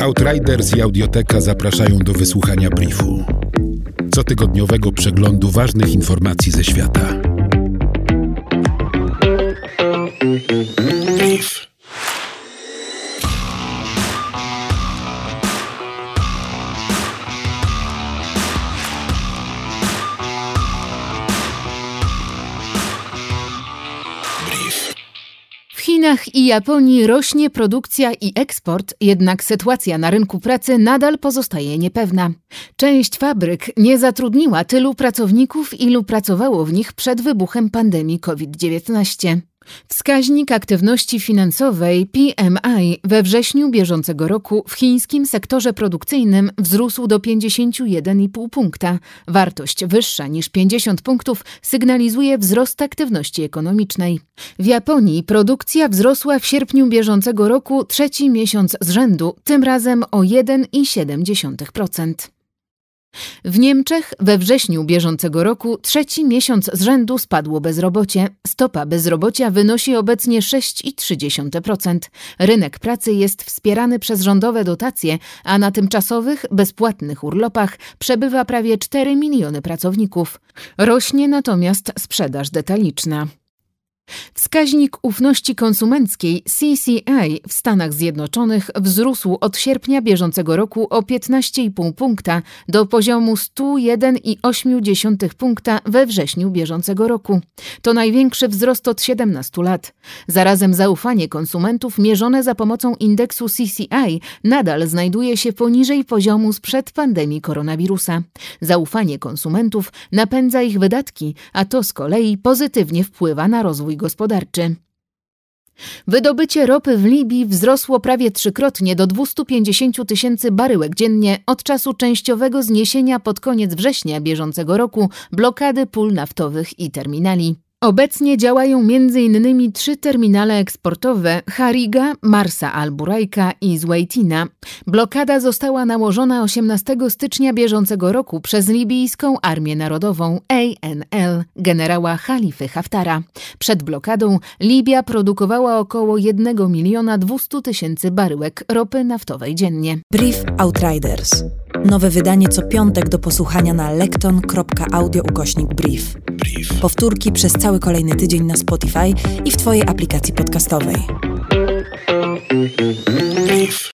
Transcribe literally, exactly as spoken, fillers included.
Outriders i Audioteka zapraszają do wysłuchania briefu. Cotygodniowego przeglądu ważnych informacji ze świata. Brief. W Chinach i Japonii rośnie produkcja i eksport, jednak sytuacja na rynku pracy nadal pozostaje niepewna. Część fabryk nie zatrudniła tylu pracowników, ilu pracowało w nich przed wybuchem pandemii COVID dziewiętnaście. Wskaźnik aktywności finansowej P M I we wrześniu bieżącego roku w chińskim sektorze produkcyjnym wzrósł do pięćdziesiąt jeden i pół punkta. Wartość wyższa niż pięćdziesiąt punktów sygnalizuje wzrost aktywności ekonomicznej. W Japonii produkcja wzrosła w sierpniu bieżącego roku trzeci miesiąc z rzędu, tym razem o jeden przecinek siedem procent. W Niemczech we wrześniu bieżącego roku trzeci miesiąc z rzędu spadło bezrobocie. Stopa bezrobocia wynosi obecnie sześć przecinek trzy procent. Rynek pracy jest wspierany przez rządowe dotacje, a na tymczasowych, bezpłatnych urlopach przebywa prawie cztery miliony pracowników. Rośnie natomiast sprzedaż detaliczna. Wskaźnik ufności konsumenckiej C C I w Stanach Zjednoczonych wzrósł od sierpnia bieżącego roku o piętnaście i pół punkta do poziomu sto jeden przecinek osiem punkta we wrześniu bieżącego roku. To największy wzrost od siedemnastu lat. Zarazem zaufanie konsumentów mierzone za pomocą indeksu C C I nadal znajduje się poniżej poziomu sprzed pandemii koronawirusa. Zaufanie konsumentów napędza ich wydatki, a to z kolei pozytywnie wpływa na rozwój gospodarczy. Wydobycie ropy w Libii wzrosło prawie trzykrotnie do dwieście pięćdziesiąt tysięcy baryłek dziennie od czasu częściowego zniesienia pod koniec września bieżącego roku blokady pól naftowych i terminali. Obecnie działają między innymi trzy terminale eksportowe Hariga, Marsa Al Burajka i Zweitina. Blokada została nałożona osiemnastego stycznia bieżącego roku przez libijską Armię Narodową A N L generała Halify Haftara. Przed blokadą Libia produkowała około jednego miliona dwieście tysięcy baryłek ropy naftowej dziennie. Brief Outriders. Nowe wydanie co piątek do posłuchania na lekton kropka audio ukośnik brief. Brief. Powtórki przez cały kolejny tydzień na Spotify i w Twojej aplikacji podcastowej. Brief.